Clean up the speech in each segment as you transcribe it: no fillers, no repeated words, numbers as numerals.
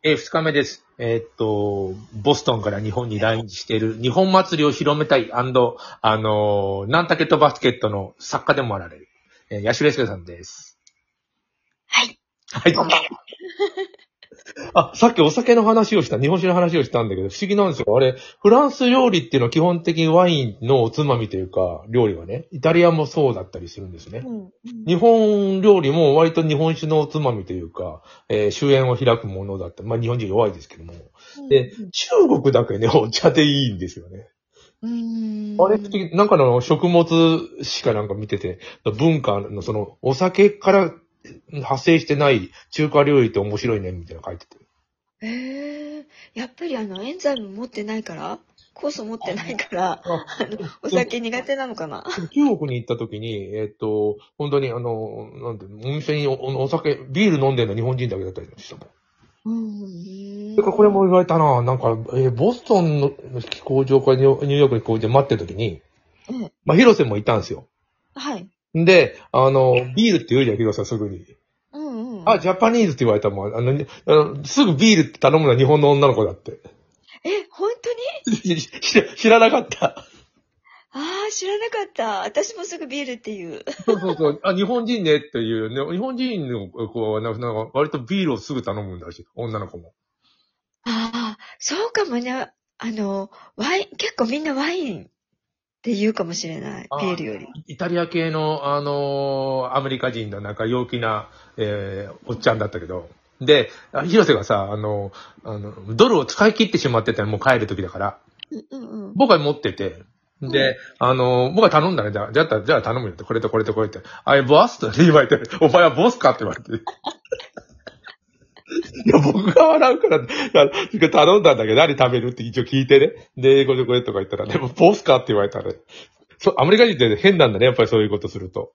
二日目です。ボストンから日本に来日している日本祭りを広めたい、ナンタケットバスケットの作家でもあられる、ヤシュレスケさんです。 はい。 はい。 こんばんは。 さっきお酒の話をした、日本酒の話をしたんだけど、不思議なんですよ。あれ、フランス料理っていうのは基本的にワインのおつまみというか、料理はね、イタリアもそうだったりするんですね。日本料理も割と日本酒のおつまみというか、酒宴を開くものだった。まあ日本人弱いですけども。で、中国だけね、お茶でいいんですよね。あれ不思議、なんかの食物しかなんか見てて、文化のその、お酒から派生してない中華料理って面白いね、みたいなの書いてて。 やっぱりエンザイム持ってないから酵素持ってないから、お酒苦手なのかな。 中国に行った時に、本当になんて、お店にお酒、ビール飲んでるの日本人だけだったりしたもん。それからこれも言われたな、なんか、ボストンの飛行場からニューヨークに飛行場で待ってる時に、まあ、広瀬もいたんですよ。 はい。 で、ビールって言うじゃん、広瀬はすぐに。ジャパニーズって言われたもん。すぐビールって頼むのは日本の女の子だって。 本当に知らなかった。 知らなかった。私もすぐビールって言う。 そう。日本人ねっていうね。日本人の子はなんか割とビールをすぐ頼むんだし、女の子も。 そうかもね。結構みんなワインって言うかもしれない。ビールより。 イタリア系の、アメリカ人のなんか陽気な、おっちゃんだったけど。で、広瀬がさ、ドルを使い切ってしまってたらもう帰る時だから。僕は持ってて。で、僕は頼んだね。じゃあ頼むよって。これとこれとこれって。ボスって言われて、お前はボスかって言われて。いや、僕が笑うから、頼んだんだけど、何食べるって一応聞いてね。で、英語でこれとか言ったら、でも、ボスかって言われたら、アメリカ人って変なんだね、やっぱりそういうことすると。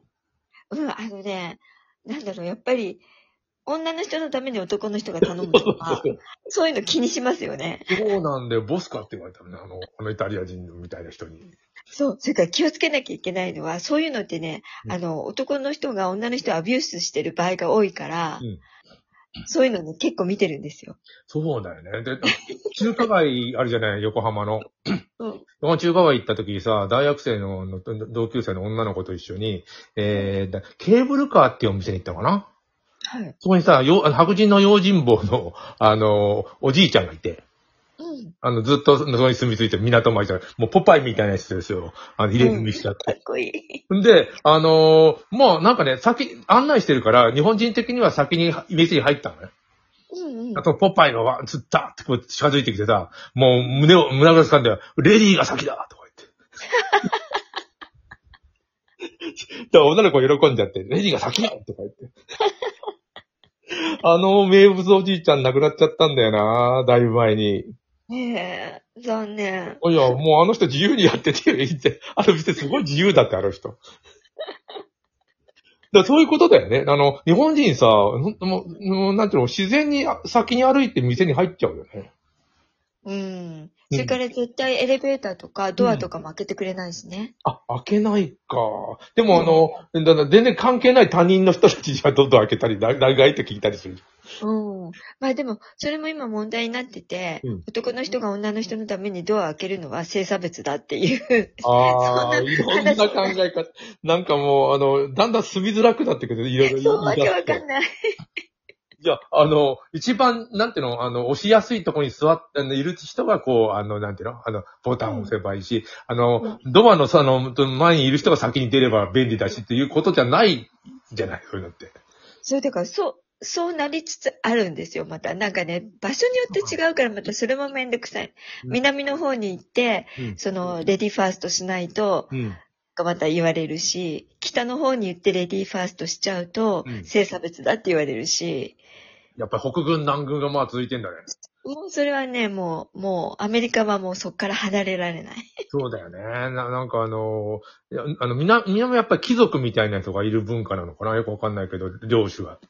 なんだろう、やっぱり、女の人のために男の人が頼むとか、そういうの気にしますよね。 そうなんだよ、ボスかって言われたのね、イタリア人みたいな人に。 そう、それから気をつけなきゃいけないのは、そういうのってね、男の人が女の人をアビュースしてる場合が多いから、そういうのね、結構見てるんですよ。 そうだよね。で、中華街あるじゃない、横浜の。中華街行った時にさ、大学生の同級生の女の子と一緒に、ケーブルカーっていうお店に行ったのかな。 はい。 そこにさ、白人の用心棒の、おじいちゃんがいて、ずっとそこに住み着いてる港町じゃもうポパイみたいなやつですよ。入れ墨しちゃって。 かっこいい。 で、もうなんかね、案内してるから、日本人的には先に店に入ったのね。あと、ポパイがずっとってこう近づいてきてさ、もう胸が掴んで、レディーが先だとか言って。で、女の子喜んじゃって、レディーが先だとか言って。名物おじいちゃん亡くなっちゃったんだよな、だいぶ前に。 残念。 いや、もうあの人自由にやってていいって。店すごい自由だって、あの人。そういうことだよね。日本人さ、なんていうの、自然に先に歩いて店に入っちゃうよね。 それから絶対エレベーターとかドアとかも開けてくれないしね。 開けないか。でも全然関係ない他人の人たちはどんどん開けたり、長いって聞いたりする。 まあでも、それも今問題になってて、男の人が女の人のためにドア開けるのは性差別だっていう。 いろんな考え方。なんかもう、だんだん住みづらくなってくる。いろいろ。 そう、わけわかんない。 いや、一番、なんていうの、押しやすいところにいる人が、なんていうの、ボタンを押せばいいし、ドアの前にいる人が先に出れば便利だしっていうことじゃないじゃない、そういうのって。 だから、そうなりつつあるんですよ、また。なんかね、場所によって違うから、またそれもめんどくさい。南の方に行って、レディーファーストしないと、また言われるし、北の方に行ってレディーファーストしちゃうと、性差別だって言われるし。 やっぱり北軍南軍がまあ続いてんだね。 もうそれはね、もうアメリカはもうそっから離れられない。 そうだよね。なんか南はやっぱり貴族みたいな人がいる文化なのかなよくわかんないけど、領主が。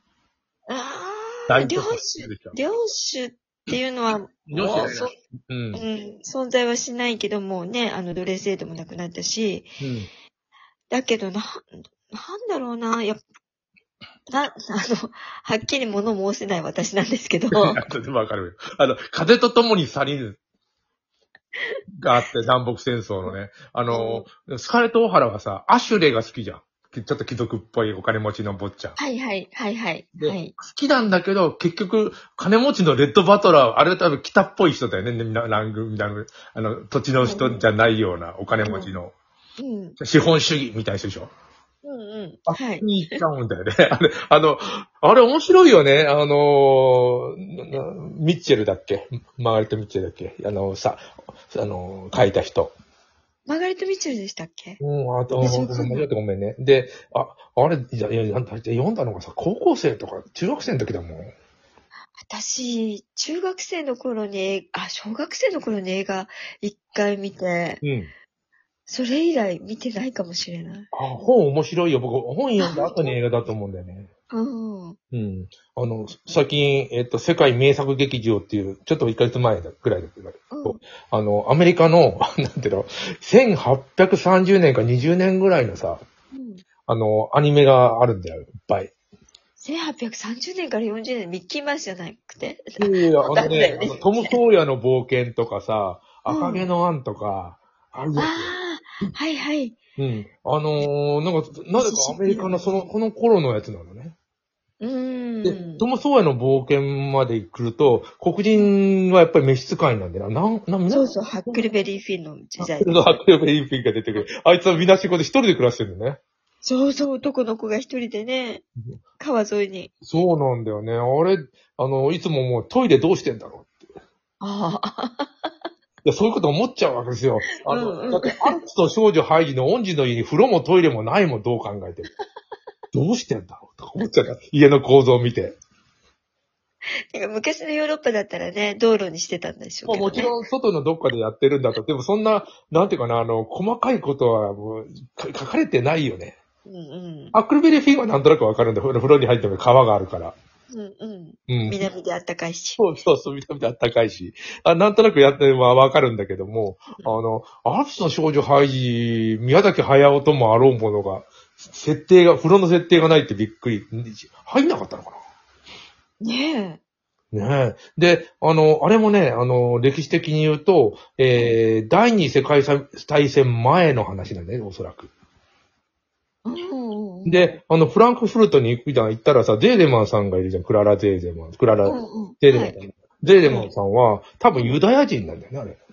領主っていうのは、もう存在はしないけどもね、奴隷制度もなくなったし、だけどなんだろうな、 はっきり物申せない私なんですけど。 わかるよ。風と共に去りぬがあって、南北戦争のね。スカーレット・オハラはさ、アシュレイが好きじゃん。ちょっと貴族っぽいお金持ちの坊ちゃん。 はいはい、はいはい。 で、 はい、 好きなんだけど、結局、金持ちのレッドバトラー、あれは多分北っぽい人だよね。ラングみたいな、土地の人じゃないようなお金持ちの。資本主義みたいな人でしょ。はい。に行っちゃうんだよね。あれ面白いよね。ミッチェルだっけマーガレット・ミッチェルだっけ書いた人。 マーガレット・ミッチェルでしたっけ？ ごめんね。で、あれ、読んだのがさ、高校生とか中学生の時だもん。 私、中学生の頃に、小学生の頃に映画一回見て、それ以来見てないかもしれない。 本面白いよ。僕、本読んだ後に映画だと思うんだよね。最近、世界名作劇場っていう、ちょっと1ヶ月前くらいだけど、アメリカの、なんていうの、1830年か20年ぐらいのさ、アニメがあるんだよ、いっぱい。 1830年から40年、ミッキーマウスじゃなくて。 いや、トム・ソーヤの冒険とかさ、赤毛のアンとか、あるんですよ。 はいはい。 なぜかアメリカのこの頃のやつなのね。で、トム・ソーヤの冒険まで来ると、黒人はやっぱり召使いなんだよな。 そうそう、ハックルベリーフィンの時代。 ハックルベリーフィンが出てくる。あいつはみなしごで一人で暮らしてるんだね。 そうそう、男の子が一人でね、川沿いに。 そうなんだよね。あれ、いつももうトイレどうしてんだろうって。いや、そういうこと思っちゃうわけですよ。だって、アルプスの少女ハイジの恩師の家に風呂もトイレもないもん、どう考えても。どうしてんだろうとか思っちゃった。家の構造を見て。 昔のヨーロッパだったらね、道路にしてたんでしょうけど、ね。 もちろん、外のどっかでやってるんだと。でも、そんな、なんていうかな、細かいことはもう、書かれてないよね。アックルベリーフィンはなんとなくわかるんだ。風呂に入っても川があるから。 南であったかいし。 そう、南であったかいし。なんとなくやってわかるんだけども、アルプスの少女ハイジ、宮崎駿ともあろうものが、風呂の設定がないってびっくり。入んなかったのかな？ねえ。で、あれもね、歴史的に言うと、第二次世界大戦前の話なんだよね、おそらく。で、フランクフルトに行ったらさ、ゼーデマンさんがいるじゃん。ゼーデマン。ゼーデマンさんは、多分ユダヤ人なんだよね、あれ。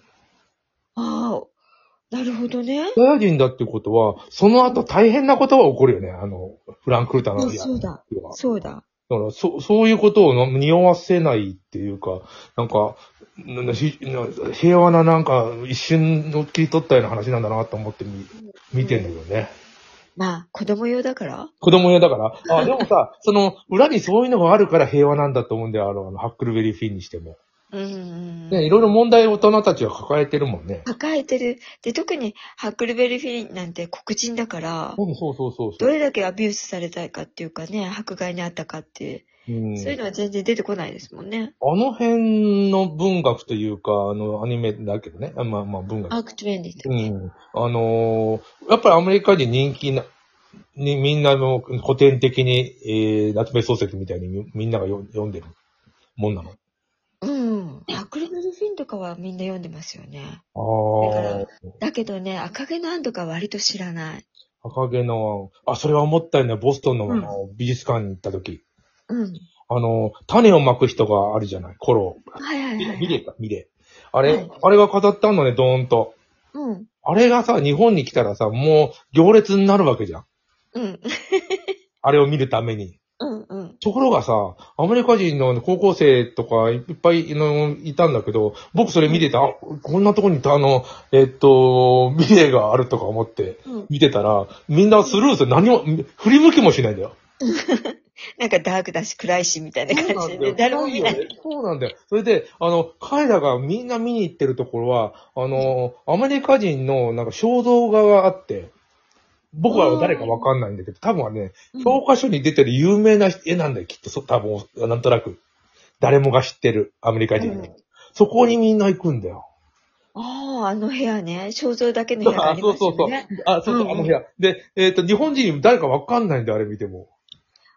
なるほどね。 ユダヤ人だってことは、その後大変なことが起こるよね、フランクフルトの。 そうだ。そうだ。 だからそういうことを匂わせないっていうか、なんか、平和ななんか一瞬の切り取ったような話なんだなと思って見てんだけどね。 子供用だからでもさ、裏にそういうのがあるから平和なんだと思うんだよ、ハックルベリーフィンにしても。ね、いろいろ問題を大人たちは抱えてるもんね。 抱えてる。で、特にハックルベリーフィンなんて黒人だから、 そう。 どれだけアビュースされたいかっていうかね、迫害にあったかって、そういうのは全然出てこないですもんね。 あの辺の文学というか、アニメだけどね。文学。 アーク20って。 やっぱりアメリカ人人気みんなの古典的に、夏目漱石みたいにみんなが読んでるもんなの。 ハックルベリーフィンとかはみんな読んでますよね。だけどね、赤毛のアンとか割と知らない。 赤毛のアン。それは思ったよね。ボストンの美術館に行った時。種をまく人があるじゃない。コロ。ミレ。あれが飾ってあるのね、ドーンと。あれがさ、日本に来たらさ、もう行列になるわけじゃん。あれを見るために。ところがさ、アメリカ人の高校生とかいっぱいいたんだけど、僕それ見てた、こんなとこにミレがあるとか思って見てたら、みんなスルーする。何も、振り向きもしないんだよ。 なんかダークだし暗いしみたいな感じで、誰も見ない。 そうなんだよ。それで、彼らがみんな見に行ってるところは、アメリカ人のなんか肖像画があって、僕は誰かわかんないんだけど、多分はね、教科書に出てる有名な絵なんだよ、きっと。多分、なんとなく。誰もが知ってる、アメリカ人。そこにみんな行くんだよ。 あの部屋ね。肖像だけの部屋がありますよね。 そう、あの部屋。で、日本人誰かわかんないんだよ、あれ見ても。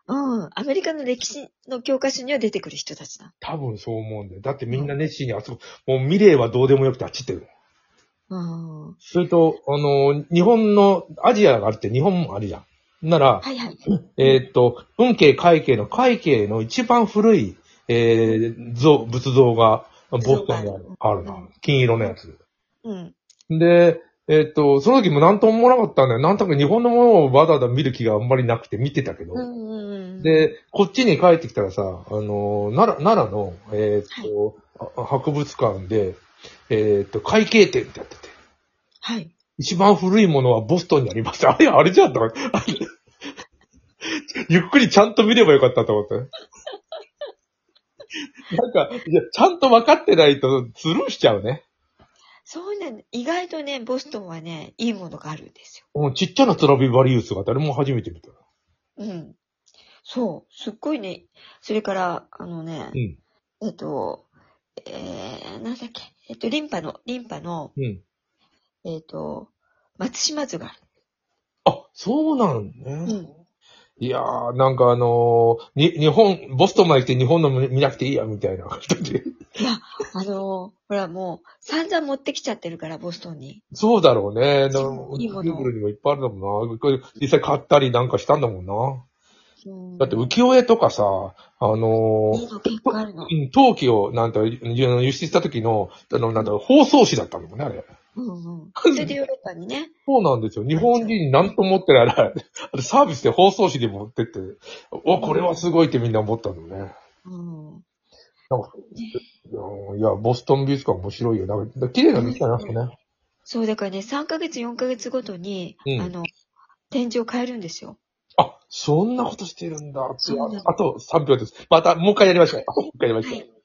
アメリカの歴史の教科書には出てくる人たちだ。 多分そう思うんだよ。だってみんな熱心にあそこ、もうミレーはどうでもよくてあっち行ってる。それと、日本の、アジアがあって日本もあるじゃん。なら、 はいはい。 運慶会慶の会慶の一番古い、仏像がボストンにあるな。金色のやつ。 うん。 で、その時も何とも思わなかったんだよ。なんとなく日本のものをわざわざ見る気があんまりなくて見てたけど。で、こっちに帰ってきたらさ、奈良の、博物館で、会計展ってやってて。 はい。 一番古いものはボストンにあります。あれじゃんと思って。ゆっくりちゃんと見ればよかったと思って。なんか、いや、ちゃんと分かってないとスルーしちゃうね。 そうね。意外とね、ボストンはね、いいものがあるんですよ。 もうちっちゃなトラビバリウスが誰も初めて見た。 うん。そう。すっごいね。それから、 うん。 なんだっけ。リンパの、 うん。 松島図がある。 あ、そうなんね。 うん。 いやー、なんか日本、ボストンまで来て日本の見なくていいや、みたいな感じで。 いや、ほらもう、散々持ってきちゃってるから、ボストンに。 そうだろうね。 いいもの。 Google にもいっぱいあるんだもんな。これ実際買ったりなんかしたんだもんな。だってうん。 浮世絵とかさ、 いいの結構あるの。 陶器をなんと輸出した時の、なんだ、包装紙だったのもんね、あれ。 うんうん。それでヨーロッパにね。 そうなんですよ。日本人なんと思ってないあれサービスで包装紙で持ってって、これはすごいってみんな思ったのね。 うん。 なんか、いや、ボストン美術館面白いよ。なんか綺麗な店だな、ね。 そう、だからね、3ヶ月、4ヶ月ごとに、展示を変えるんですよ。 あ、そんなことしてるんだ。 そうなの。 あと3秒です。また、もう一回やりましょう。もう一回やりましょう。はい。